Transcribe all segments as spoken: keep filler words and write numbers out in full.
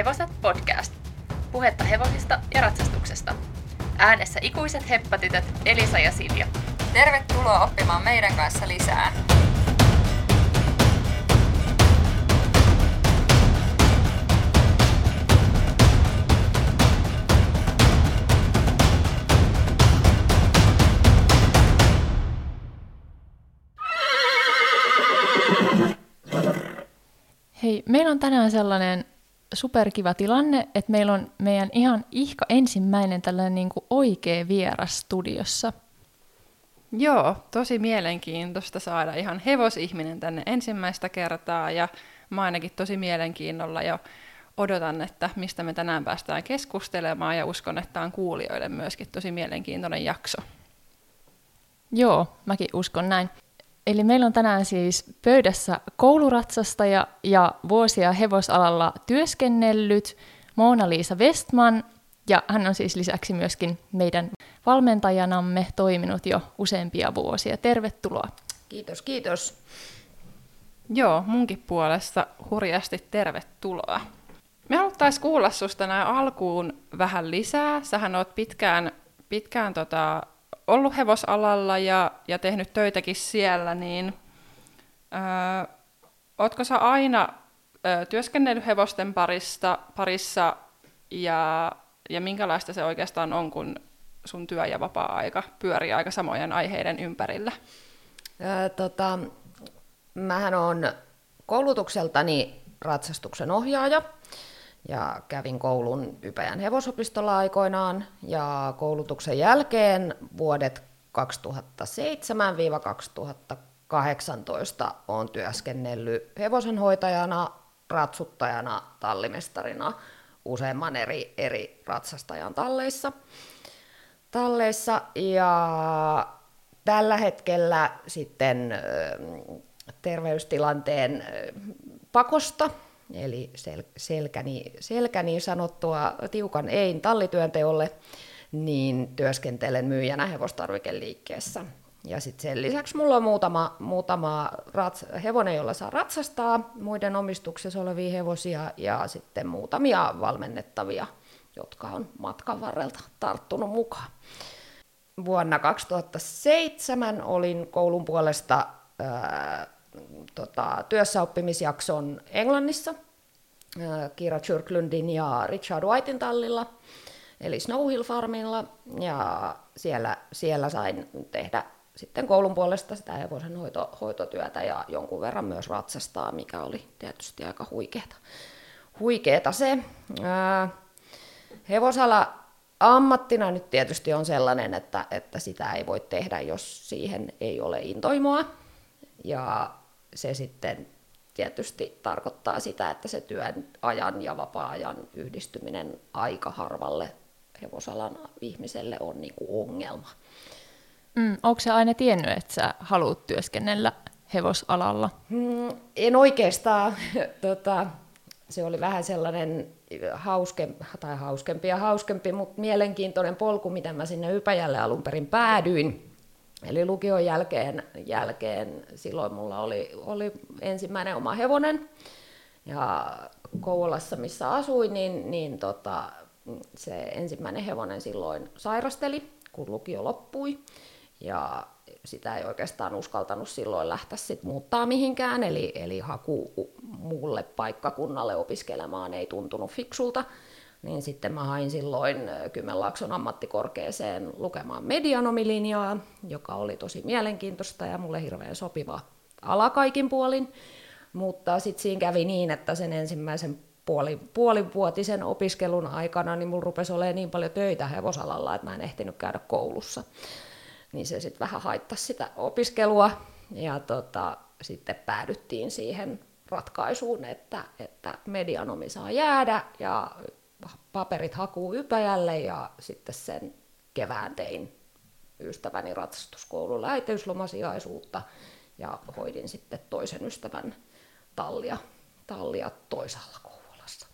Hevoset podcast. Puhetta hevosista ja ratsastuksesta. Äänessä ikuiset heppatytöt Elisa ja Silja. Tervetuloa oppimaan meidän kanssa lisää. Hei, meillä on tänään sellainen superkiva tilanne, että meillä on meidän ihan ihka ensimmäinen tällainen niin kuin oikea vieras studiossa. Joo, tosi mielenkiintoista saada ihan hevosihminen tänne ensimmäistä kertaa, ja mä ainakin tosi mielenkiinnolla jo odotan, että mistä me tänään päästään keskustelemaan, ja uskon, että on kuulijoille myöskin tosi mielenkiintoinen jakso. Joo, mäkin uskon näin. Eli meillä on tänään siis pöydässä kouluratsastaja ja vuosia hevosalalla työskennellyt Moona-Liisa Westman, ja hän on siis lisäksi myöskin meidän valmentajanamme toiminut jo useampia vuosia. Tervetuloa. Kiitos, kiitos. Joo, munkin puolesta hurjasti tervetuloa. Me haluttaisiin kuulla susta näin alkuun vähän lisää. Sähän oot pitkään, pitkään tota, ollut hevosalalla ja, ja tehnyt töitäkin siellä, niin öö, ootko sä aina ö, työskennellyt hevosten parista, parissa ja, ja minkälaista se oikeastaan on, kun sun työ ja vapaa-aika pyörii aika samojen aiheiden ympärillä? Ää, tota, mähän on koulutukseltani ratsastuksen ohjaaja ja kävin koulun Ypäjän hevosopistolla aikoinaan, ja koulutuksen jälkeen vuodet kaksituhattaseitsemän kaksituhattakahdeksantoista olen työskennellyt hevosenhoitajana, ratsuttajana, tallimestarina useamman eri, eri ratsastajan talleissa. talleissa. Ja tällä hetkellä sitten terveystilanteen pakosta, eli sel- selkäni, selkäni sanottua tiukan ein tallityönteolle, niin työskentelen myyjänä hevostarvikeliikkeessä. Ja sitten sen lisäksi mulla on muutama, muutama rats- hevonen, jolla saa ratsastaa, muiden omistuksessa olevia hevosia, ja sitten muutamia valmennettavia, jotka on matkan varrelta tarttunut mukaan. Vuonna kaksituhattaseitsemän olin koulun puolesta ää, tota, työssäoppimisjakson Englannissa ää, Kira Kyrklundin ja Richard Whitein tallilla, eli Snow Hill Farmilla, ja siellä, siellä sain tehdä sitten koulun puolesta sitä hevosen hoito, hoitotyötä ja jonkun verran myös ratsastaa, mikä oli tietysti aika huikeeta, huikeeta se. Ää, hevosala ammattina nyt tietysti on sellainen, että, että sitä ei voi tehdä, jos siihen ei ole intohimoa. Ja se sitten tietysti tarkoittaa sitä, että se työn ajan ja vapaa-ajan yhdistyminen aika harvalle hevosalan ihmiselle on niin kuin ongelma. Mm, onko sä aina tiennyt, että sä haluat työskennellä hevosalalla? Hmm, en oikeastaan. tota, se oli vähän sellainen hauskempi, tai hauskempi ja hauskempi, mutta mielenkiintoinen polku, mitä mä sinne Ypäjälle alun perin päädyin. Eli lukion jälkeen, jälkeen silloin mulla oli, oli ensimmäinen oma hevonen, ja Kouvolassa, missä asuin, niin, niin tota, se ensimmäinen hevonen silloin sairasteli, kun lukio loppui, ja sitä ei oikeastaan uskaltanut silloin lähteä sit muuttaa mihinkään, eli, eli haku muulle paikkakunnalle opiskelemaan ei tuntunut fiksulta. Niin sitten mä hain silloin Kymenlaakson ammattikorkeeseen lukemaan medianomilinjaa, joka oli tosi mielenkiintoista ja mulle hirveän sopiva ala kaikin puolin. Mutta sitten siinä kävi niin, että sen ensimmäisen puoli, puolivuotisen opiskelun aikana niin mulla rupesi olemaan niin paljon töitä hevosalalla, että mä en ehtinyt käydä koulussa. Niin se sitten vähän haittasi sitä opiskelua, ja tota, sitten päädyttiin siihen ratkaisuun, että, että medianomi saa jäädä ja paperit hakuu Ypäjälle, ja sitten sen kevään tein ystäväni ratsastuskoululla äitiyslomasijaisuutta ja hoidin sitten toisen ystävän tallia, tallia toisella Kouvolassa.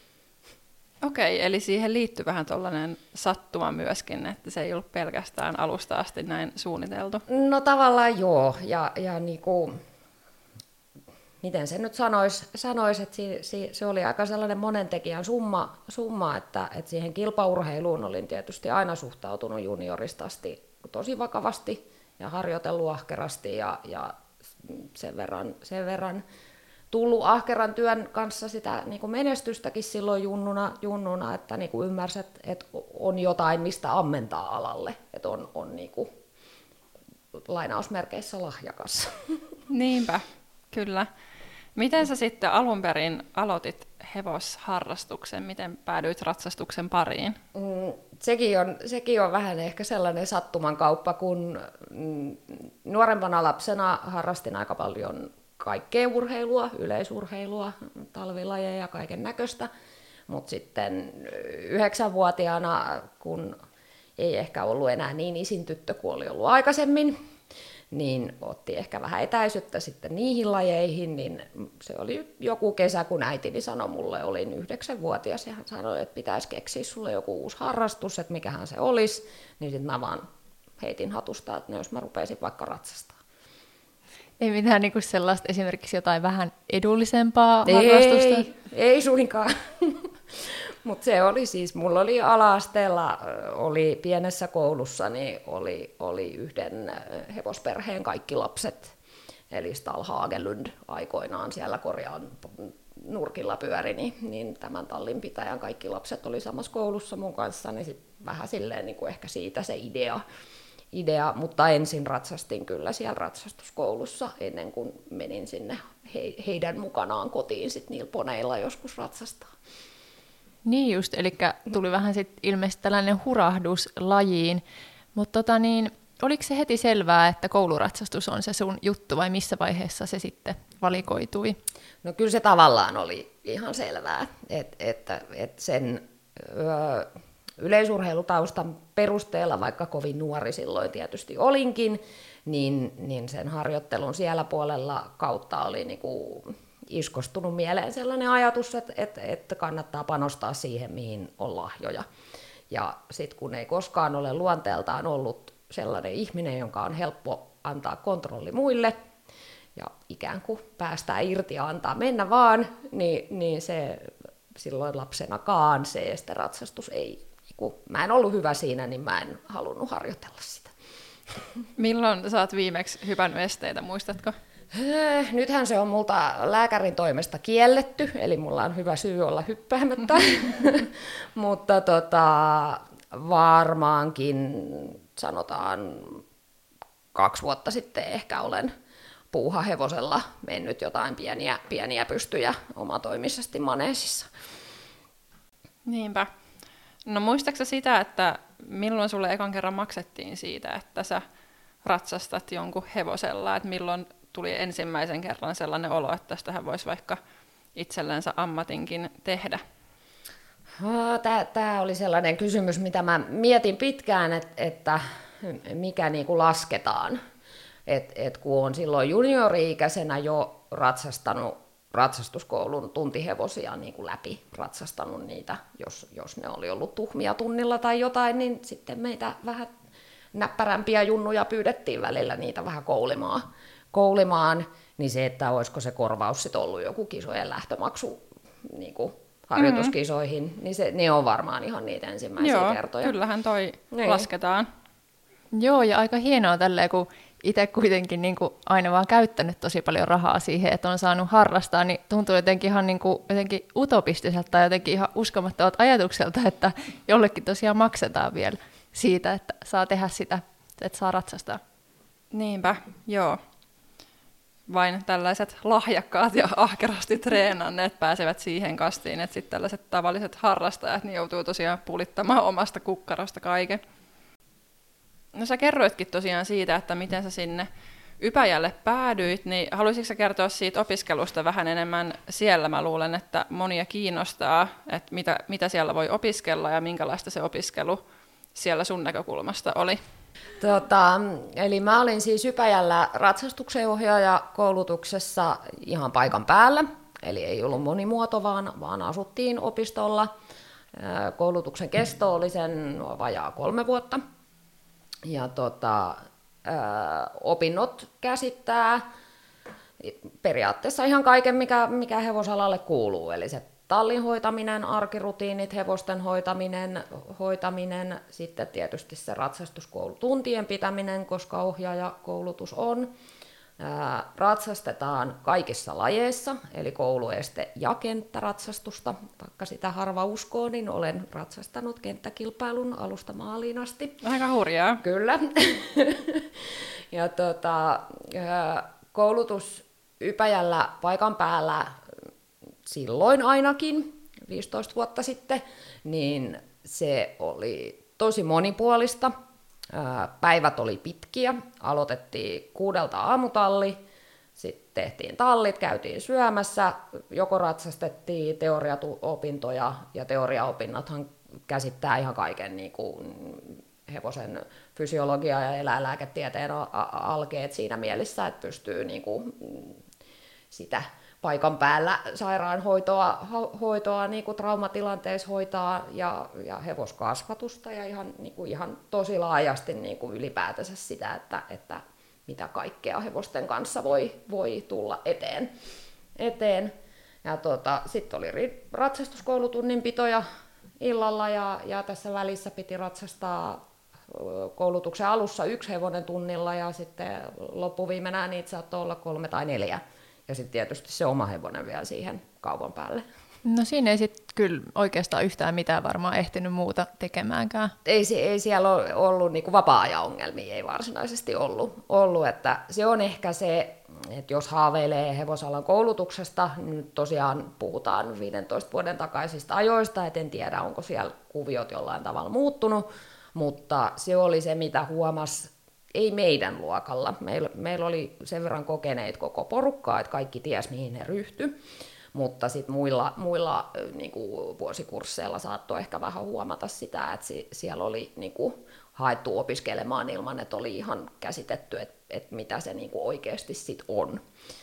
Okei, eli siihen liittyy vähän tuollainen sattuma myöskin, että se ei ollut pelkästään alusta asti näin suunniteltu. No tavallaan joo, ja, ja niinku, miten se nyt sanoisi, sanois, että si, si, se oli aika sellainen monen tekijän summa, summa että, että siihen kilpaurheiluun olin tietysti aina suhtautunut juniorista asti tosi vakavasti ja harjoitellut ahkerasti ja, ja sen verran, sen verran tullut ahkeran työn kanssa sitä niin kuin menestystäkin silloin junnuna, junnuna että niin kuin ymmärsi, että, että on jotain, mistä ammentaa alalle, että on, on niin kuin lainausmerkeissä lahjakas. Niinpä, kyllä. Miten sä sitten alun perin aloitit hevosharrastuksen? Miten päädyit ratsastuksen pariin? Mm, sekin, on, sekin on vähän ehkä sellainen sattuman kauppa, kun mm, nuorempana lapsena harrastin aika paljon kaikkea urheilua, yleisurheilua, talvilajeja ja kaiken näköistä. Mutta sitten yhdeksänvuotiaana, kun ei ehkä ollut enää niin isin tyttö kuin oli ollut aikaisemmin, niin otti ehkä vähän etäisyyttä sitten niihin lajeihin, niin se oli joku kesä, kun äitini sanoi mulle, olin yhdeksänvuotias, ja hän sanoi, että pitäisi keksiä sulle joku uusi harrastus, että mikähän se olisi, niin sitten mä vaan heitin hatusta, että jos mä rupesin vaikka ratsastamaan. Ei mitään niin kuin sellaista, esimerkiksi jotain vähän edullisempaa harrastusta? Ei, ei suinkaan. Mutta se oli siis, mulla oli ala-asteella, oli pienessä koulussa, niin oli, oli yhden hevosperheen kaikki lapset, eli Stall Hagelund aikoinaan siellä Korjaan nurkilla pyöri, niin, niin tämän tallin pitäjän kaikki lapset oli samassa koulussa mun kanssa, niin sit vähän silleen niin kuin ehkä siitä se idea, idea, mutta ensin ratsastin kyllä siellä ratsastuskoulussa ennen kuin menin sinne he, heidän mukanaan kotiin sit niillä poneilla joskus ratsastaa. Niin just, eli tuli vähän sit ilmeisesti tällainen hurahdus lajiin, mutta tota niin, oliko se heti selvää, että kouluratsastus on se sun juttu vai missä vaiheessa se sitten valikoitui? No kyllä se tavallaan oli ihan selvää, että, että, että sen ö, yleisurheilutaustan perusteella, vaikka kovin nuori silloin tietysti olinkin, niin, niin sen harjoittelun siellä puolella kautta oli niinku iskostunut mieleen sellainen ajatus, että, että, että kannattaa panostaa siihen, mihin on lahjoja. Ja sitten kun ei koskaan ole luonteeltaan ollut sellainen ihminen, jonka on helppo antaa kontrolli muille, ja ikään kuin päästää irti ja antaa mennä vaan, niin, niin se silloin lapsenakaan se esteratsastus ei, kun mä en ollut hyvä siinä, niin mä en halunnut harjoitella sitä. Milloin sä oot viimeksi hypännyt esteitä, muistatko? Nythän se on multa lääkärin toimesta kielletty, eli mulla on hyvä syy olla hyppäämättä, mutta tota, varmaankin sanotaan kaksi vuotta sitten ehkä olen puuhahevosella mennyt jotain pieniä, pieniä pystyjä omatoimisesti maneesissa. Niinpä. No muistaaksä sitä, että milloin sulle ekan kerran maksettiin siitä, että sä ratsastat jonkun hevosella, että milloin tuli ensimmäisen kerran sellainen olo, että tästähän voisi vaikka itsellensä ammatinkin tehdä? Tämä oli sellainen kysymys, mitä mä mietin pitkään, että, että mikä niinku lasketaan. Et, et kun on silloin juniori-ikäisenä jo ratsastanut ratsastuskoulun tuntihevosia niin kuin läpi, ratsastanut niitä, jos, jos ne oli ollut tuhmia tunnilla tai jotain, niin sitten meitä vähän näppärämpiä junnuja pyydettiin välillä niitä vähän koulimaan. koulimaan niin se, että olisiko se korvaus sitten ollut joku kisojen lähtömaksu niin kuin harjoituskisoihin, mm-hmm. niin se, ne on varmaan ihan niitä ensimmäisiä Joo, kertoja. Kyllähän toi niin lasketaan. Joo, ja aika hienoa tälleen, kun itse kuitenkin niin kuin aina vaan käyttänyt tosi paljon rahaa siihen, että on saanut harrastaa, niin tuntuu jotenkin ihan niin kuin, jotenkin utopistiselta tai jotenkin ihan uskomattomalta ajatukselta, että jollekin tosiaan maksetaan vielä siitä, että saa tehdä sitä, että saa ratsastaa. Niinpä, joo. Vain tällaiset lahjakkaat ja ahkerasti treenanneet pääsevät siihen kastiin, että sitten tällaiset tavalliset harrastajat niin joutuu tosiaan pulittamaan omasta kukkarosta kaiken. No sä kerroitkin tosiaan siitä, että miten sä sinne Ypäjälle päädyit, niin haluaisitko sä kertoa siitä opiskelusta vähän enemmän siellä? Mä luulen, että monia kiinnostaa, että mitä, mitä siellä voi opiskella ja minkälaista se opiskelu siellä sun näkökulmasta oli. Tota, eli mä olin siis Ypäjällä ratsastuksen ohjaaja koulutuksessa ihan paikan päällä, eli ei ollut monimuoto, vaan, vaan asuttiin opistolla. Koulutuksen kesto oli sen vajaa kolme vuotta. Ja tota, ää, opinnot käsittää periaatteessa ihan kaiken, mikä, mikä hevosalalle kuuluu, eli se tallin hoitaminen, arkirutiinit, hevosten hoitaminen, hoitaminen, sitten tietysti se ratsastuskoulutuntien pitäminen, koska ohjaajakoulutus on. Ää, ratsastetaan kaikissa lajeissa, eli koulueste- ja kenttäratsastusta. Vaikka sitä harva uskoo, niin olen ratsastanut kenttäkilpailun alusta maaliin asti. Aika hurjaa. Kyllä. ja tota, ää, koulutus Ypäjällä paikan päällä silloin ainakin, viisitoista vuotta sitten, niin se oli tosi monipuolista. Päivät oli pitkiä, aloitettiin kuudelta aamutalli, sitten tehtiin tallit, käytiin syömässä, joko ratsastettiin teoriaopintoja, ja teoriaopinnothan käsittää ihan kaiken niin kuin hevosen fysiologia ja eläinlääketieteen alkeet siinä mielessä, että pystyy niin kuin sitä paikan päällä sairaanhoitoa hoitoa, niin kuin traumatilanteissa hoitaa ja, ja hevoskasvatusta ja ihan, niin kuin ihan tosi laajasti niin kuin ylipäätänsä sitä, että, että mitä kaikkea hevosten kanssa voi, voi tulla eteen. eteen. Ja tota, sitten oli ratsastuskoulutunnin pitoja illalla ja, ja tässä välissä piti ratsastaa koulutuksen alussa yksi hevonen tunnilla ja sitten loppuviimenä niitä saattoi olla kolme tai neljä. Ja sitten tietysti se oma hevonen vielä siihen kaupan päälle. No siinä ei sitten kyllä oikeastaan yhtään mitään varmaan ehtinyt muuta tekemäänkään. Ei, ei siellä ole ollut niinku vapaa-ajan ongelmia, ei varsinaisesti ollut. ollut että se on ehkä se, että jos haaveilee hevosalan koulutuksesta, niin nyt tosiaan puhutaan viidentoista vuoden takaisista ajoista, et en tiedä onko siellä kuviot jollain tavalla muuttunut, mutta se oli se, mitä huomasi. Ei meidän luokalla. Meillä, meillä oli sen verran kokeneet koko porukkaa, että kaikki ties mihin he ryhtyi, mutta sitten muilla, muilla niin kuin vuosikursseilla saattoi ehkä vähän huomata sitä, että siellä oli niin kuin haettu opiskelemaan ilman, että oli ihan käsitetty, että, että mitä se niin kuin oikeasti sit on.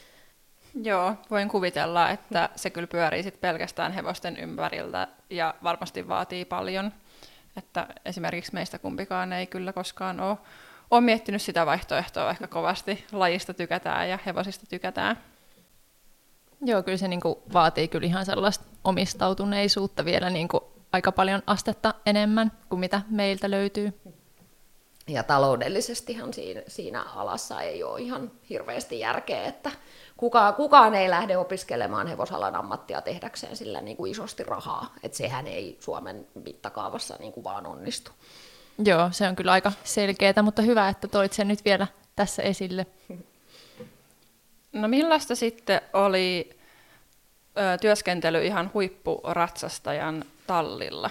Joo, voin kuvitella, että se kyllä pyörii sit pelkästään hevosten ympäriltä ja varmasti vaatii paljon, että esimerkiksi meistä kumpikaan ei kyllä koskaan ole Olen miettinyt sitä vaihtoehtoa, vaikka kovasti lajista tykätään ja hevosista tykätään. Joo, kyllä se niinku vaatii kyllä ihan sellaista omistautuneisuutta vielä niinku aika paljon astetta enemmän kuin mitä meiltä löytyy. Ja taloudellisestihan siinä, siinä alassa ei ole ihan hirveästi järkeä, että kukaan, kukaan ei lähde opiskelemaan hevosalan ammattia tehdäkseen sillä niin kuin isosti rahaa. Että sehän ei Suomen mittakaavassa niin kuin vaan onnistu. Joo, se on kyllä aika selkeää, mutta hyvä, että toit sen nyt vielä tässä esille. No millaista sitten oli ö, työskentely ihan huippuratsastajan tallilla?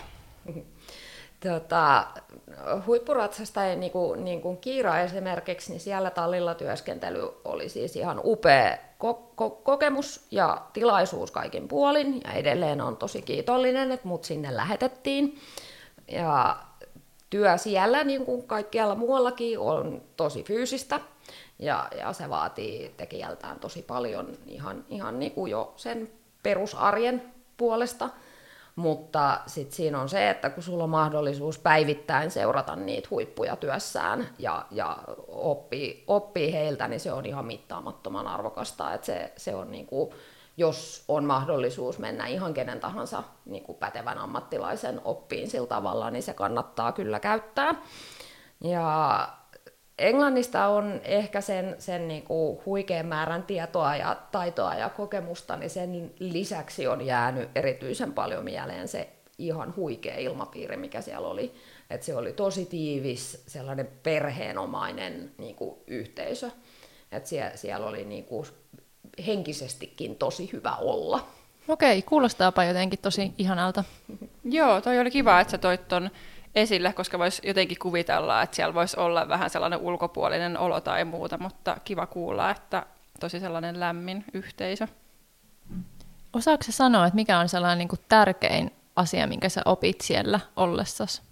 Tota, huippuratsastajan, niin kuin, niin kuin Kiira esimerkiksi, niin siellä tallilla työskentely oli siis ihan upea ko- ko- kokemus ja tilaisuus kaikin puolin. Ja edelleen on tosi kiitollinen, että mut sinne lähetettiin. Ja työ siellä, niin kuin kaikkialla muuallakin, on tosi fyysistä ja, ja se vaatii tekijältään tosi paljon ihan, ihan niin kuin jo sen perusarjen puolesta. Mutta sitten siinä on se, että kun sulla on mahdollisuus päivittäin seurata niitä huippuja työssään ja, ja oppii, oppii heiltä, niin se on ihan mittaamattoman arvokasta. Että se, se on niin kuin, jos on mahdollisuus mennä ihan kenen tahansa niin kuin pätevän ammattilaisen oppiin sillä tavalla, niin se kannattaa kyllä käyttää. Ja Englannista on ehkä sen, sen niin kuin huikean määrän tietoa ja taitoa ja kokemusta, niin sen lisäksi on jäänyt erityisen paljon mieleen se ihan huikea ilmapiiri, mikä siellä oli. Että se oli tosi tiivis, sellainen perheenomainen niin kuin yhteisö. Että siellä, siellä oli niin kuin henkisestikin tosi hyvä olla. Okei, kuulostaapa jotenkin tosi ihanalta. Joo, toi oli kiva, että sä toit ton esille, koska voisi jotenkin kuvitella, että siellä voisi olla vähän sellainen ulkopuolinen olo tai muuta, mutta kiva kuulla, että tosi sellainen lämmin yhteisö. Osaatko sä sanoa, että mikä on sellainen niin kuin tärkein asia, minkä sä opit siellä ollessasi?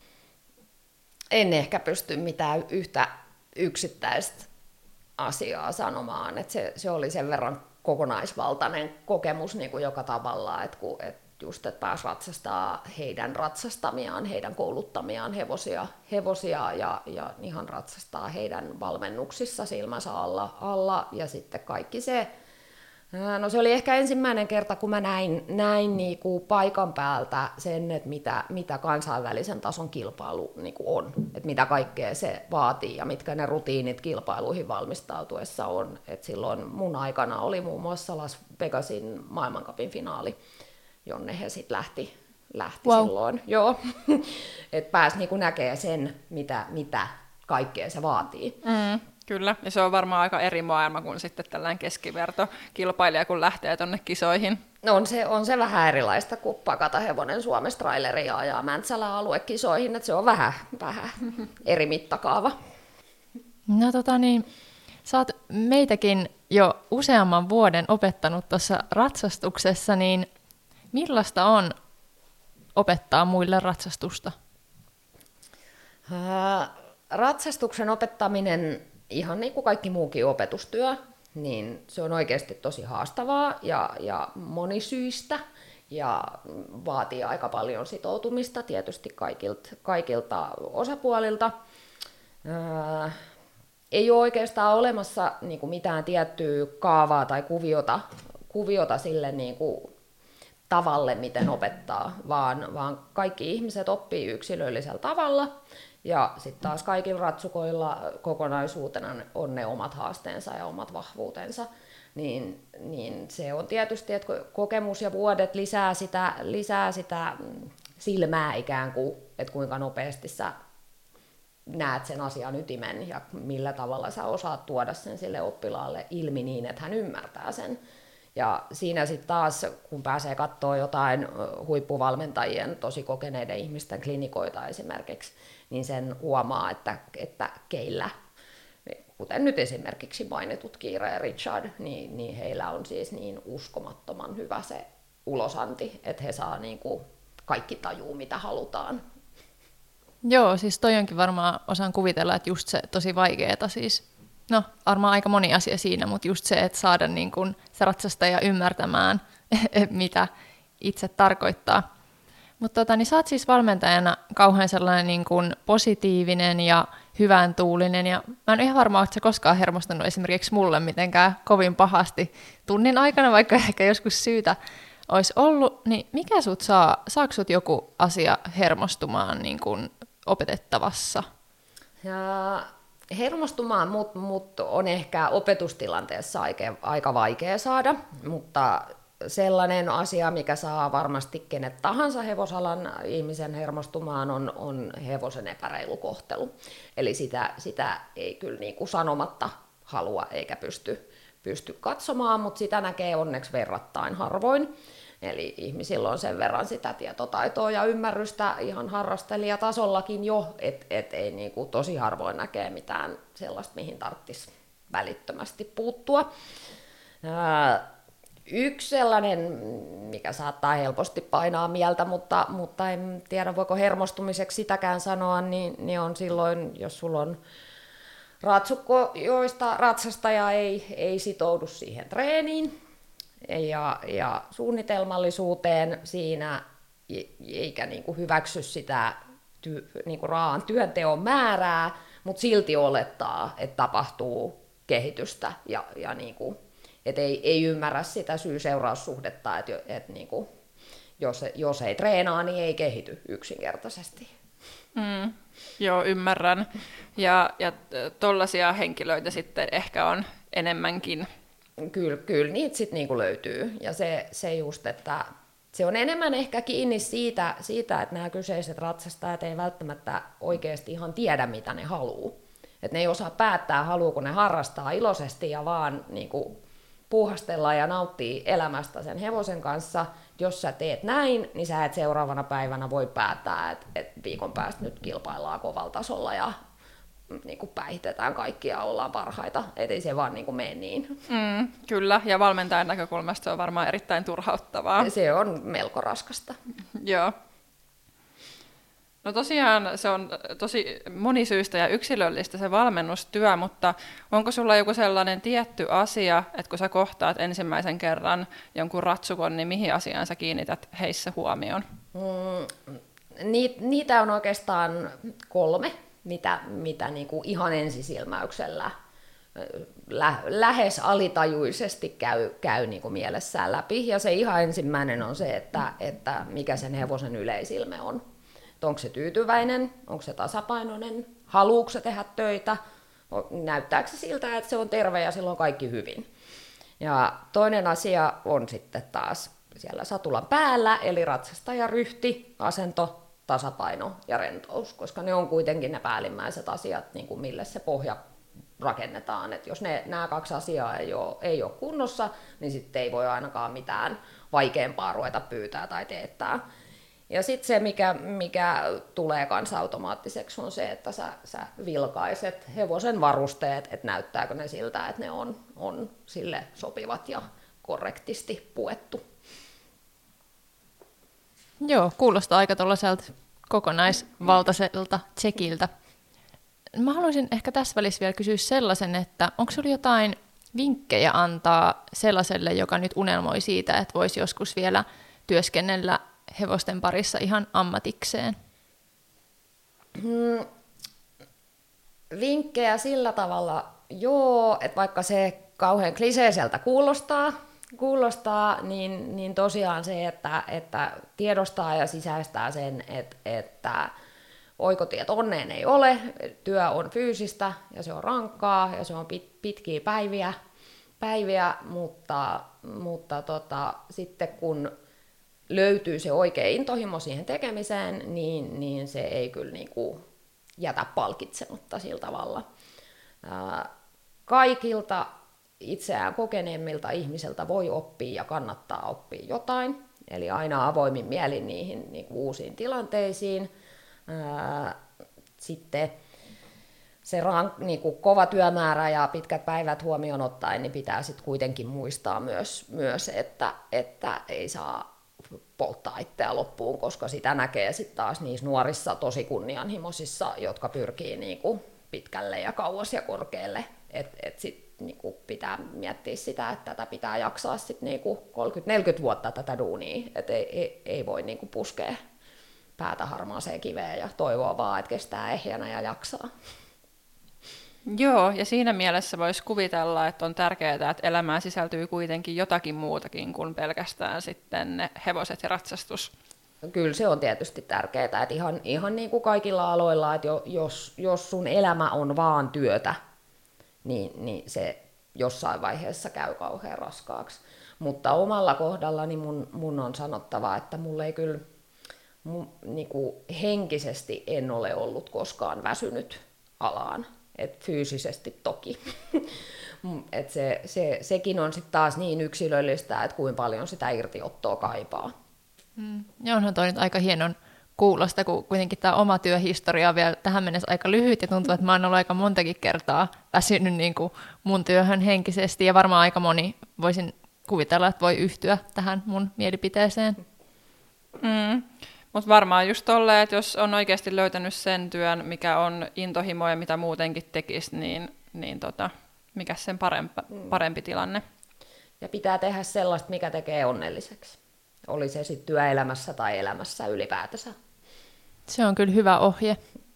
En ehkä pysty mitään yhtä yksittäistä asiaa sanomaan, että se, se oli sen verran kokonaisvaltainen kokemus niin kuin joka tavalla, että kun, et just, että pääsi ratsastaa heidän ratsastamiaan, heidän kouluttamiaan hevosia, hevosia ja, ja ihan ratsastaa heidän valmennuksissa silmänsä alla, alla. Ja sitten kaikki se, no se oli ehkä ensimmäinen kerta, kun mä näin, näin niinku paikan päältä sen, että mitä, mitä kansainvälisen tason kilpailu niinku on, että mitä kaikkea se vaatii ja mitkä ne rutiinit kilpailuihin valmistautuessa on. Et silloin mun aikana oli muun muassa Las Vegasin maailmancupin finaali, jonne he sitten lähti, lähti wow. silloin. Joo, että pääsi niinku näkemään sen, mitä, mitä kaikkea se vaatii. Mm. Kyllä, ja se on varmaan aika eri maailma kuin sitten tällainen keskivertokilpailija, kun lähtee tuonne kisoihin. No on se, on se vähän erilaista kuin pakata hevonen Suomessa traileria ja ajaa Mäntsälän aluekisoihin, että se on vähän, vähän eri mittakaava. No tota niin, sä oot meitäkin jo useamman vuoden opettanut tuossa ratsastuksessa, niin millaista on opettaa muille ratsastusta? Ää, ratsastuksen opettaminen, ihan niin kuin kaikki muukin opetustyö, niin se on oikeasti tosi haastavaa ja, ja monisyistä ja vaatii aika paljon sitoutumista tietysti kaikilta, kaikilta osapuolilta. Ää, ei ole oikeastaan olemassa niin kuin mitään tiettyä kaavaa tai kuviota, kuviota sille niin kuin tavalle, miten opettaa, vaan, vaan kaikki ihmiset oppii yksilöllisellä tavalla. Ja sitten taas kaikilla ratsukoilla kokonaisuutena on ne omat haasteensa ja omat vahvuutensa. Niin, niin se on tietysti, että kokemus ja vuodet lisää sitä, lisää sitä silmää ikään kuin, että kuinka nopeasti sä näet sen asian ytimen ja millä tavalla sä osaat tuoda sen sille oppilaalle ilmi niin, että hän ymmärtää sen. Ja siinä sitten taas, kun pääsee katsoa jotain huippuvalmentajien, tosi kokeneiden ihmisten klinikoita esimerkiksi, niin sen huomaa, että, että keillä, kuten nyt esimerkiksi mainitut Kiira ja Richard, niin, niin heillä on siis niin uskomattoman hyvä se ulosanti, että he saa niin kuin kaikki tajuu, mitä halutaan. Joo, siis toi onkin varmaan, osaan kuvitella, että just se tosi vaikeeta siis. No, varmaan aika moni asia siinä, mutta just se, että saada niin kun se ratsastaja ymmärtämään, mitä itse tarkoittaa. Mutta tota, niin sä oot siis valmentajana kauhean sellainen niin kun positiivinen ja hyvän tuulinen, ja mä en ole ihan varma, että sä koskaan hermostunut esimerkiksi mulle mitenkään kovin pahasti tunnin aikana, vaikka ehkä joskus syytä olisi ollut, niin mikä sut saa, saako sut joku asia hermostumaan niin kun opetettavassa? Ja hermostumaan mut, mut on ehkä opetustilanteessa aika, aika vaikea saada, mutta sellainen asia, mikä saa varmasti kenet tahansa hevosalan ihmisen hermostumaan, on, on hevosen epäreilu kohtelu. Eli sitä, sitä ei kyllä niin kuin sanomatta halua eikä pysty, pysty katsomaan, mutta sitä näkee onneksi verrattain harvoin. Eli ihmisillä on sen verran sitä tietotaitoa ja ymmärrystä ihan harrastelijatasollakin jo, että et ei niin kuin tosi harvoin näkee mitään sellaista, mihin tarvitsisi välittömästi puuttua. Ää, Yksi sellainen, mikä saattaa helposti painaa mieltä, mutta, mutta en tiedä voiko hermostumiseksi sitäkään sanoa, niin, niin on silloin, jos sulla on ratsukko, joista ratsastaja ei, ei sitoudu siihen treeniin ja, ja suunnitelmallisuuteen siinä, eikä niin kuin hyväksy sitä ty, niin kuin raaan työnteon määrää, mutta silti olettaa, että tapahtuu kehitystä ja, ja niin kuin että ei, ei ymmärrä sitä syy-seuraussuhdetta, että et niinku, jos, jos ei treenaa, niin ei kehity yksinkertaisesti. Mm, joo, ymmärrän. Ja, ja tollaisia henkilöitä sitten ehkä on enemmänkin. Kyllä, kyllä niitä sitten niinku löytyy. Ja se, se just, että se on enemmän ehkä kiinni siitä, siitä, että nämä kyseiset ratsastajat ei välttämättä oikeasti ihan tiedä, mitä ne haluaa. Että ne ei osaa päättää, haluuko ne harrastaa iloisesti ja vaan niinku puuhastella ja nauttii elämästä sen hevosen kanssa. Jos sä teet näin, niin sä et seuraavana päivänä voi päättää, että et viikon päästä nyt kilpaillaan kovalla tasolla ja niin kuin päihitetään kaikki ja ollaan parhaita. Et ei se vaan niin kuin mene niin. Mm, kyllä, ja valmentajan näkökulmasta se on varmaan erittäin turhauttavaa. Se on melko raskasta. Joo. No tosiaan se on tosi monisyistä ja yksilöllistä se valmennustyö, mutta onko sulla joku sellainen tietty asia, että kun sä kohtaat ensimmäisen kerran jonkun ratsukon, niin mihin asiaan sä kiinnität heissä huomioon? Mm, niitä on oikeastaan kolme, mitä, mitä niin kuin ihan ensisilmäyksellä lä- lähes alitajuisesti käy, käy niin kuin mielessään läpi. Ja se ihan ensimmäinen on se, että, että mikä sen hevosen yleisilme on. Onko se tyytyväinen, onko se tasapainoinen, haluuko se tehdä töitä, näyttääkö se siltä, että se on terve ja silloin kaikki hyvin. Ja toinen asia on sitten taas siellä satulan päällä, eli ratsastajaryhti, asento, tasapaino ja rentous, koska ne on kuitenkin ne päällimmäiset asiat, niin kuin mille se pohja rakennetaan. Et jos ne, nämä kaksi asiaa ei ole, ei ole kunnossa, niin sitten ei voi ainakaan mitään vaikeampaa ruveta pyytää tai teettää. Ja sitten se, mikä, mikä tulee kanssa automaattiseksi, on se, että sä, sä vilkaiset hevosen varusteet, että näyttääkö ne siltä, että ne on, on sille sopivat ja korrektisti puettu. Joo, kuulostaa aika tuollaiselta kokonaisvaltaiselta tsekiltä. Mä haluaisin ehkä tässä välissä vielä kysyä sellaisen, että onko sinulla jotain vinkkejä antaa sellaiselle, joka nyt unelmoi siitä, että voisi joskus vielä työskennellä hevosten parissa ihan ammatikseen? Hmm, vinkkejä sillä tavalla, joo, että vaikka se kauhean kliseiseltä kuulostaa, kuulostaa niin, niin tosiaan se, että, että tiedostaa ja sisäistää sen, että, että oikotiet onneen ei ole, työ on fyysistä ja se on rankkaa ja se on pit, pitkiä päiviä, päiviä mutta, mutta tota, sitten kun löytyy se oikea intohimo siihen tekemiseen, niin, niin se ei kyllä niin kuin jätä palkitsematta sillä tavalla. Ää, kaikilta itseään kokeneemmilta ihmisiltä voi oppia ja kannattaa oppia jotain, eli aina avoimin mielin niihin niin kuin uusiin tilanteisiin. Ää, sitten se rank, niin kuin kova työmäärä ja pitkät päivät huomioon ottaen, niin pitää sitten kuitenkin muistaa myös, myös että, että ei saa polttaa itseä loppuun, koska sitä näkee sitten taas niissä nuorissa tosi kunnianhimoisissa, jotka pyrkii niinku pitkälle ja kauas ja korkealle. Että et sitten niinku pitää miettiä sitä, että tätä pitää jaksaa sitten niinku kolmekymmentä neljäkymmentä vuotta tätä duunia. Että ei, ei, ei voi niinku puskea päätä harmaaseen kiveen ja toivoa vaan, että kestää ehjänä ja jaksaa. Joo, ja siinä mielessä voisi kuvitella, että on tärkeää, että elämään sisältyy kuitenkin jotakin muutakin kuin pelkästään sitten ne hevoset ja ratsastus. Kyllä se on tietysti tärkeää, että ihan, ihan niin kuin kaikilla aloilla, että jos, jos sun elämä on vaan työtä, niin, niin se jossain vaiheessa käy kauhean raskaaksi. Mutta omalla kohdallani mun, mun on sanottava, että mulle ei kyllä mun, niin kuin henkisesti en ole ollut koskaan väsynyt alaan. Et fyysisesti toki. Et se, se, sekin on sitten taas niin yksilöllistä, että kuinka paljon sitä irtiottoa kaipaa. Mm. Ja onhan toi nyt aika hienon kuulosta, kun kuitenkin tämä oma työhistoria on vielä tähän mennessä aika lyhyt ja tuntuu, että mä oon ollut aika montakin kertaa väsynyt niin kuin mun työhön henkisesti ja varmaan aika moni voisin kuvitella, että voi yhtyä tähän mun mielipiteeseen. Mm. Mutta varmaan just tolleen, että jos on oikeasti löytänyt sen työn, mikä on intohimo ja mitä muutenkin tekisi, niin, niin tota, mikä sen parempi, parempi tilanne. Ja pitää tehdä sellaista, mikä tekee onnelliseksi. Oli se sitten työelämässä tai elämässä ylipäätänsä. Se on kyllä hyvä ohje.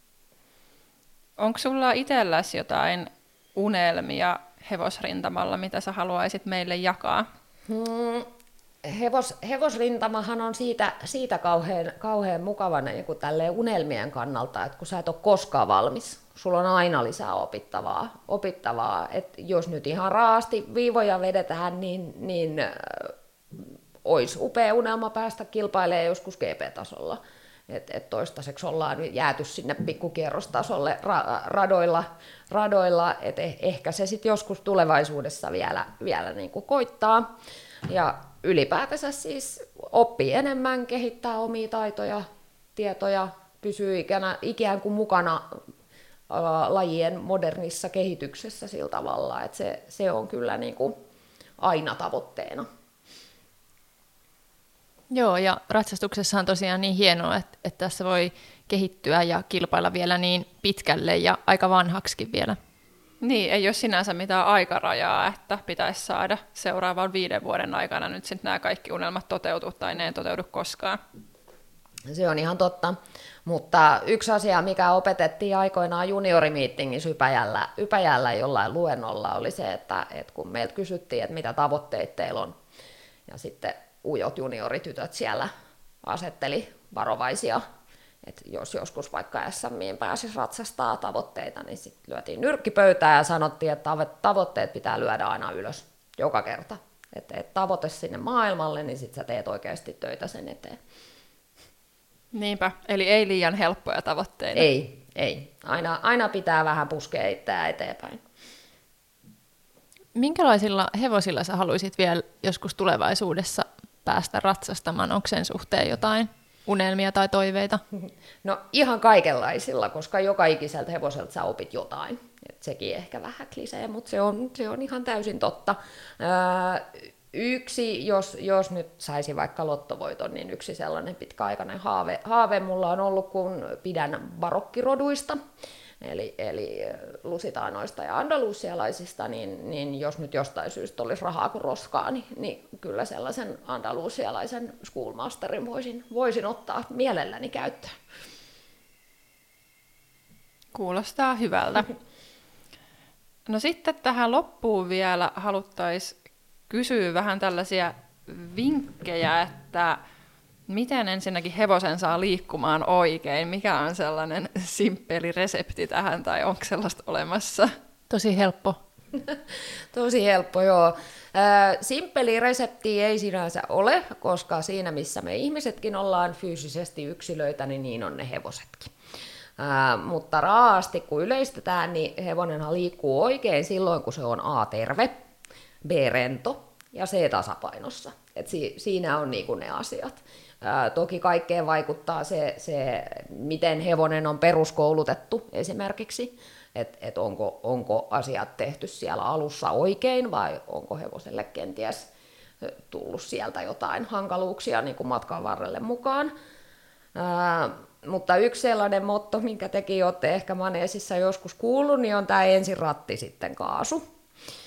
Onko sulla itselläsi jotain unelmia hevosrintamalla, mitä sä haluaisit meille jakaa? Hmm. Hevos, hevosrintamahan on siitä, siitä kauhean, kauhean mukavana niin kuin tälleen unelmien kannalta, että kun sä et ole koskaan valmis, sulla on aina lisää opittavaa. opittavaa. Et jos nyt ihan raasti viivoja vedetään, niin, niin äh, olisi upea unelma päästä kilpailemaan joskus G P-tasolla. Et, et toistaiseksi ollaan jääty sinne pikkukierrostasolle ra- radoilla, radoilla että eh, ehkä se sitten joskus tulevaisuudessa vielä, vielä niin kuin koittaa. Ja ylipäätänsä siis oppii enemmän, kehittää omia taitoja, tietoja, pysyy ikään, ikään kuin mukana ä, lajien modernissa kehityksessä sillä tavalla, että se, se on kyllä niin kuin aina tavoitteena. Joo, ja ratsastuksessa on tosiaan niin hienoa, että, että tässä voi kehittyä ja kilpailla vielä niin pitkälle ja aika vanhaksikin vielä. Niin, ei ole sinänsä mitään aikarajaa, että pitäisi saada seuraavan viiden vuoden aikana nyt sitten nämä kaikki unelmat toteutuu tai ne ei toteudu koskaan. Se on ihan totta, mutta yksi asia, mikä opetettiin aikoinaan juniorimiittingissä Ypäjällä, Ypäjällä jollain luennolla oli se, että, että kun meiltä kysyttiin, että mitä tavoitteita teillä on, ja sitten ujot junioritytöt siellä asetteli varovaisia, että jos joskus vaikka S M:iin pääsisi ratsastaa tavoitteita, niin sitten lyötiin nyrkkipöytään ja sanottiin, että tavoitteet pitää lyödä aina ylös joka kerta. Että et tavoite sinne maailmalle, niin sitten sä teet oikeasti töitä sen eteen. Niinpä, eli ei liian helppoja tavoitteita. Ei, ei. Aina, aina pitää vähän puskea itseään eteenpäin. Minkälaisilla hevosilla sä haluaisit vielä joskus tulevaisuudessa päästä ratsastamaan? Onko sen suhteen jotain unelmia tai toiveita? No ihan kaikenlaisilla, koska joka ikiseltä hevoselta sä opit jotain. Et sekin ehkä vähän klisee, mutta se on, se on ihan täysin totta. Öö, yksi, jos, jos nyt saisi vaikka lottovoiton, niin yksi sellainen pitkäaikainen haave, haave mulla on ollut, kun pidän barokkiroduista. Eli, eli lusitaanoista ja andalusialaisista, niin, niin jos nyt jostain syystä olisi rahaa kuin roskaa, niin, niin kyllä sellaisen andalusialaisen schoolmasterin voisin, voisin ottaa mielelläni käyttöön. Kuulostaa hyvältä. No sitten tähän loppuun vielä haluttaisiin kysyä vähän tällaisia vinkkejä, että miten ensinnäkin hevosen saa liikkumaan oikein? Mikä on sellainen simppeli resepti tähän, tai onko sellaista olemassa? Tosi helppo. Tosi helppo, joo. Simppeli resepti ei sinänsä ole, koska siinä missä me ihmisetkin ollaan fyysisesti yksilöitä, niin niin on ne hevosetkin. Ää, mutta raasti kun yleistetään, niin hevonenhan liikkuu oikein silloin, kun se on A terve, B rento ja C tasapainossa. Et si- siinä on niinku ne asiat. Ää, toki kaikkeen vaikuttaa se, se, miten hevonen on peruskoulutettu esimerkiksi, että et onko, onko asiat tehty siellä alussa oikein vai onko hevoselle kenties tullut sieltä jotain hankaluuksia niin kuin matkan varrelle mukaan. Ää, mutta yksi sellainen motto, minkä tekin olette ehkä maneesissa joskus kuullut, niin on tämä ensin ratti, sitten kaasu.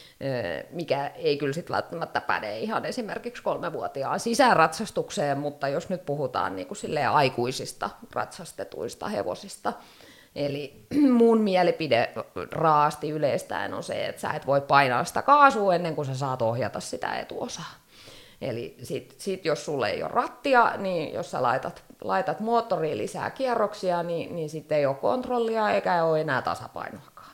Mikä ei kyllä sit välttämättä päde ihan esimerkiksi kolmevuotiaan sisäänratsastukseen, mutta jos nyt puhutaan niin kuin silleen aikuisista ratsastetuista hevosista, eli mun mielipide raasti yleistäen on se, että sä et voi painaa sitä kaasua ennen kuin sä saat ohjata sitä etuosaa. Eli sit, sit jos sulle ei ole rattia, niin jos sä laitat, laitat moottoriin lisää kierroksia, niin, niin sitten ei ole kontrollia eikä ole enää tasapainoakaan.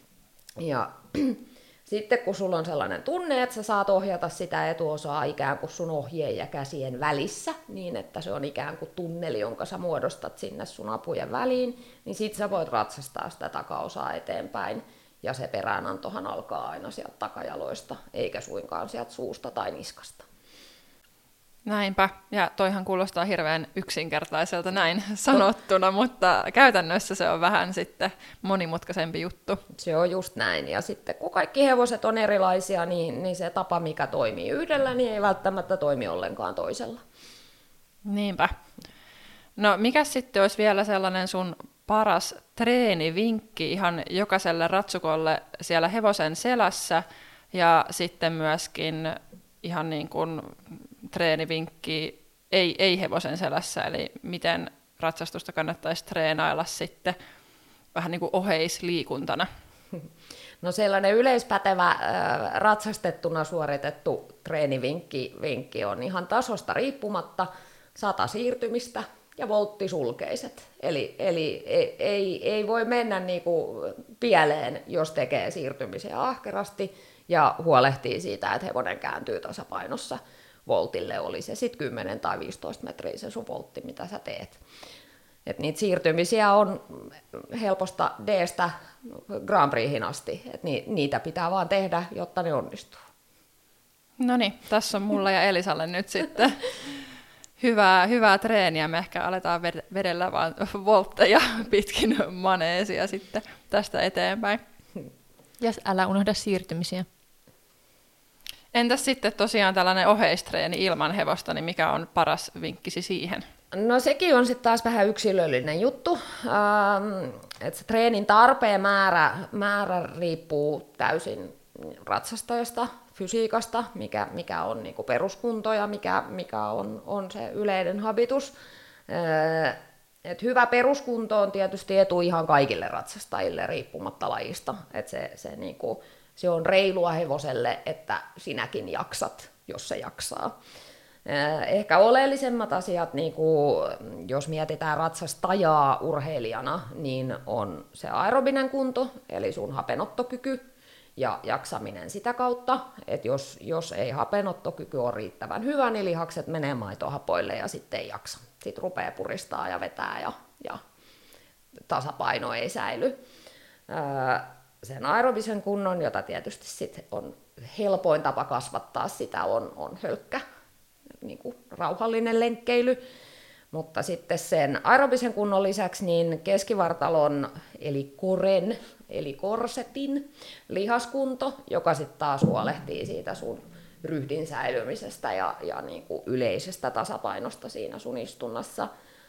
Ja sitten kun sulla on sellainen tunne, että sä saat ohjata sitä etuosaa ikään kuin sun ohjeen ja käsien välissä, niin että se on ikään kuin tunneli, jonka sä muodostat sinne sun apujen väliin, niin sit sä voit ratsastaa sitä takaosaa eteenpäin. Ja se peräänantohan alkaa aina sieltä takajaloista, eikä suinkaan sieltä suusta tai niskasta. Näinpä, ja toihan kuulostaa hirveän yksinkertaiselta näin sanottuna, mutta käytännössä se on vähän sitten monimutkaisempi juttu. Se on just näin, ja sitten kun kaikki hevoset on erilaisia, niin, niin se tapa, mikä toimii yhdellä, niin ei välttämättä toimi ollenkaan toisella. Niinpä. No mikä sitten olisi vielä sellainen sun paras treenivinkki ihan jokaiselle ratsukolle siellä hevosen selässä, ja sitten myöskin ihan niin kuin treenivinkki ei, ei hevosen selässä, eli miten ratsastusta kannattaisi treenailla sitten vähän niin kuin oheisliikuntana? No sellainen yleispätevä äh, ratsastettuna suoritettu treenivinkki vinkki on ihan tasosta riippumatta sata siirtymistä ja volttisulkeiset. Eli, eli ei, ei, ei voi mennä niinku pieleen, jos tekee siirtymisiä ahkerasti ja huolehtii siitä, että hevonen kääntyy tasapainossa voltille, oli se sitten kymmenen tai viisitoista metriä se sun voltti, mitä sä teet. Et niitä siirtymisiä on helposta D:stä Grand Prixin asti, et ni, niitä pitää vaan tehdä, jotta ne onnistuu. No niin, tässä on mulla ja Elisalle nyt sitten hyvää, hyvää treeniä. Me ehkä aletaan vedellä vaan voltteja pitkin maneesia sitten tästä eteenpäin. Ja älä unohda siirtymisiä. Entäs sitten tosiaan tällainen oheistreeni ilman hevosta, niin mikä on paras vinkkisi siihen? No sekin on sitten taas vähän yksilöllinen juttu. Ähm, että se treenin tarpeen määrä, määrä riippuu täysin ratsastajasta, fysiikasta, mikä, mikä on niinku peruskunto ja mikä, mikä on, on se yleinen habitus. Äh, et hyvä peruskunto on tietysti etu ihan kaikille ratsastajille riippumatta lajista. Et se, se, niinku, se on reilua hevoselle, että sinäkin jaksat, jos se jaksaa. Ehkä oleellisemmat asiat, niin kuin jos mietitään ratsastajaa urheilijana, niin on se aerobinen kunto, eli sun hapenottokyky ja jaksaminen sitä kautta. Että jos, jos ei hapenottokyky ole riittävän hyvä, niin lihakset menee maitohapoille ja sitten ei jaksa. Sitten rupeaa puristaa ja vetää ja, ja tasapaino ei säily. Sen aerobisen kunnon, jota tietysti sit on helpoin tapa kasvattaa sitä, on, on hölkkä. Niin kuin rauhallinen lenkkeily, mutta sitten sen aerobisen kunnon lisäksi niin keskivartalon eli koren eli korsetin lihaskunto, joka sitten taas huolehtii siitä sun ryhdin säilymisestä ja, ja niin kuin yleisestä tasapainosta siinä sun istunnassa.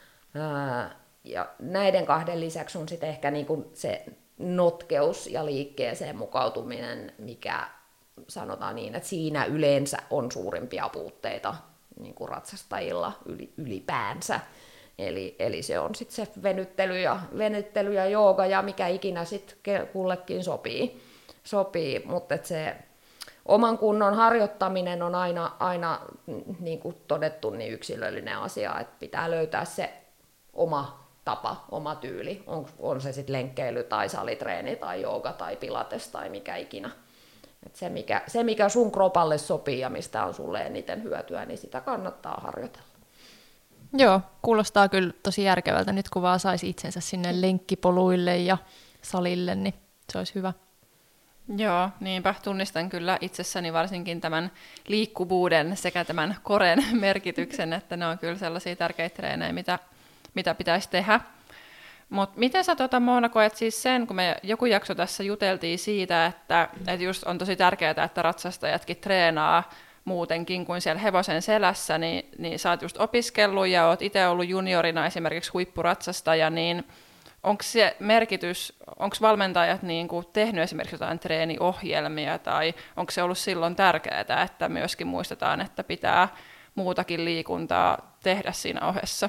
Ää, ja näiden kahden lisäksi on sitten ehkä niin kuin se notkeus ja liikkeeseen mukautuminen, mikä sanotaan niin, että siinä yleensä on suurimpia puutteita niin kuin ratsastajilla ylipäänsä. Eli, eli se on sitten se venyttely ja, venyttely ja jooga ja mikä ikinä sitten kullekin sopii. sopii. Mutta se oman kunnon harjoittaminen on aina, aina niin kuin todettu niin yksilöllinen asia, että pitää löytää se oma tapa, oma tyyli. On, on se sitten lenkkeily tai salitreeni tai jooga tai pilates tai mikä ikinä. Et se, mikä, se, mikä sun kropalle sopii ja mistä on sulle eniten hyötyä, niin sitä kannattaa harjoitella. Joo, kuulostaa kyllä tosi järkevältä. Nyt kun vaan saisi itsensä sinne lenkkipoluille ja salille, niin se olisi hyvä. Joo, niinpä tunnistan kyllä itsessäni varsinkin tämän liikkuvuuden sekä tämän koren merkityksen, että ne on kyllä sellaisia tärkeitä treenejä, mitä, mitä pitäisi tehdä. Mutta miten sä tota, Moona koet siis sen, kun me joku jakso tässä juteltiin siitä, että, että just on tosi tärkeää, että ratsastajatkin treenaa muutenkin kuin siellä hevosen selässä, niin, niin sä oot just opiskellut ja oot itse ollut juniorina esimerkiksi huippuratsastaja, niin onko se merkitys, onko valmentajat niin kuin tehnyt esimerkiksi jotain treeniohjelmia tai onko se ollut silloin tärkeää, että myöskin muistetaan, että pitää muutakin liikuntaa tehdä siinä ohessa?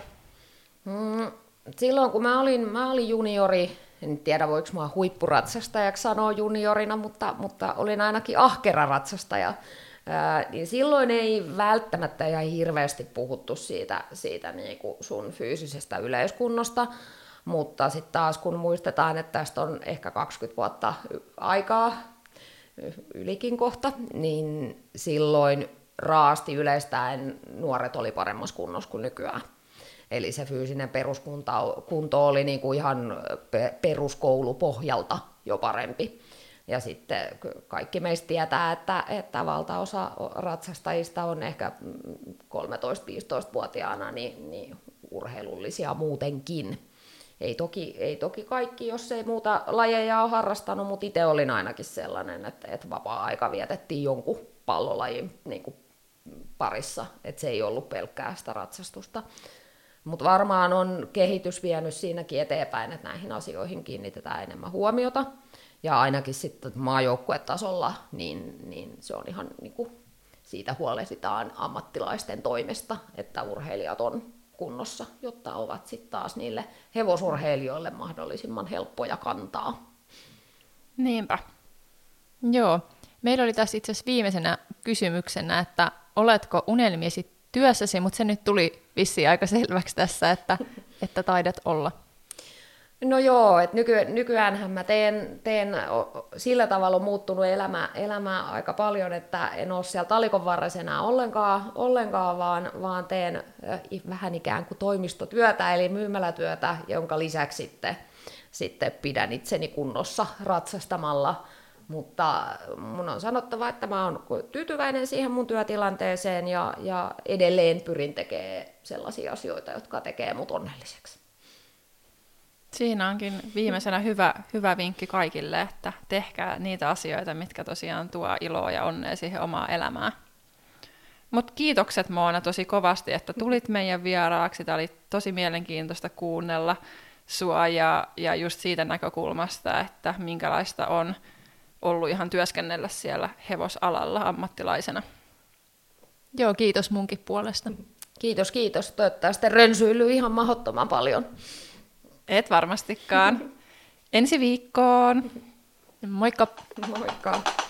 Mm. Silloin kun mä olin, mä olin juniori, en tiedä voiko mä huippuratsastajaksi sanoa juniorina, mutta, mutta olin ainakin ahkera ratsastaja, ää, niin silloin ei välttämättä ihan hirveästi puhuttu siitä, siitä niin kuin sun fyysisestä yleiskunnosta, mutta sitten taas kun muistetaan, että tästä on ehkä kaksikymmentä vuotta aikaa, ylikin kohta, niin silloin raasti yleistäen nuoret oli paremmassa kunnossa kuin nykyään. Eli se fyysinen peruskunto kunto oli niin kuin ihan peruskoulupohjalta jo parempi. Ja sitten kaikki meistä tietää, että, että valtaosa ratsastajista on ehkä kolmetoista-viisitoista-vuotiaana niin, niin urheilullisia muutenkin. Ei toki, ei toki kaikki, jos ei muuta lajeja ole harrastanut, mutta itse olin ainakin sellainen, että, että vapaa-aika vietettiin jonkun pallolajin niin kuin parissa, että se ei ollut pelkkää sitä ratsastusta. Mutta varmaan on kehitys vienyt siinäkin eteenpäin, että näihin asioihin kiinnitetään enemmän huomiota. Ja ainakin sitten maajoukkuetasolla, niin, niin se on ihan niin kuin siitä huolehditaan ammattilaisten toimesta, että urheilijat on kunnossa, jotta ovat sitten taas niille hevosurheilijoille mahdollisimman helppoja kantaa. Niinpä. Joo. Meillä oli tässä itse asiassa viimeisenä kysymyksenä, että oletko unelmiesi työssäsi, mutta se nyt tuli vissiin aika selväksi tässä, että, että taidat olla. No joo, että nyky, nykyäänhän mä teen, teen, sillä tavalla on muuttunut elämä, elämä aika paljon, että en ole siellä talikon varressa enää ollenkaan, ollenkaan vaan, vaan teen vähän ikään kuin toimistotyötä, eli myymälätyötä, jonka lisäksi sitten, sitten pidän itseni kunnossa ratsastamalla. Mutta mun on sanottava, että mä oon tyytyväinen siihen mun työtilanteeseen ja, ja edelleen pyrin tekemään sellaisia asioita, jotka tekee mut onnelliseksi. Siinä onkin viimeisenä hyvä, hyvä vinkki kaikille, että tehkää niitä asioita, mitkä tosiaan tuo iloa ja onnea siihen omaan elämään. Mutta kiitokset Moona tosi kovasti, että tulit meidän vieraaksi. Tämä oli tosi mielenkiintoista kuunnella sua ja, ja just siitä näkökulmasta, että minkälaista on ollut ihan työskennellä siellä hevosalalla ammattilaisena. Joo, kiitos munkin puolesta. Kiitos, kiitos. Toivottavasti rönsyilyy ihan mahdottoman paljon. Et varmastikaan. Ensi viikkoon. Moikka! Moikka!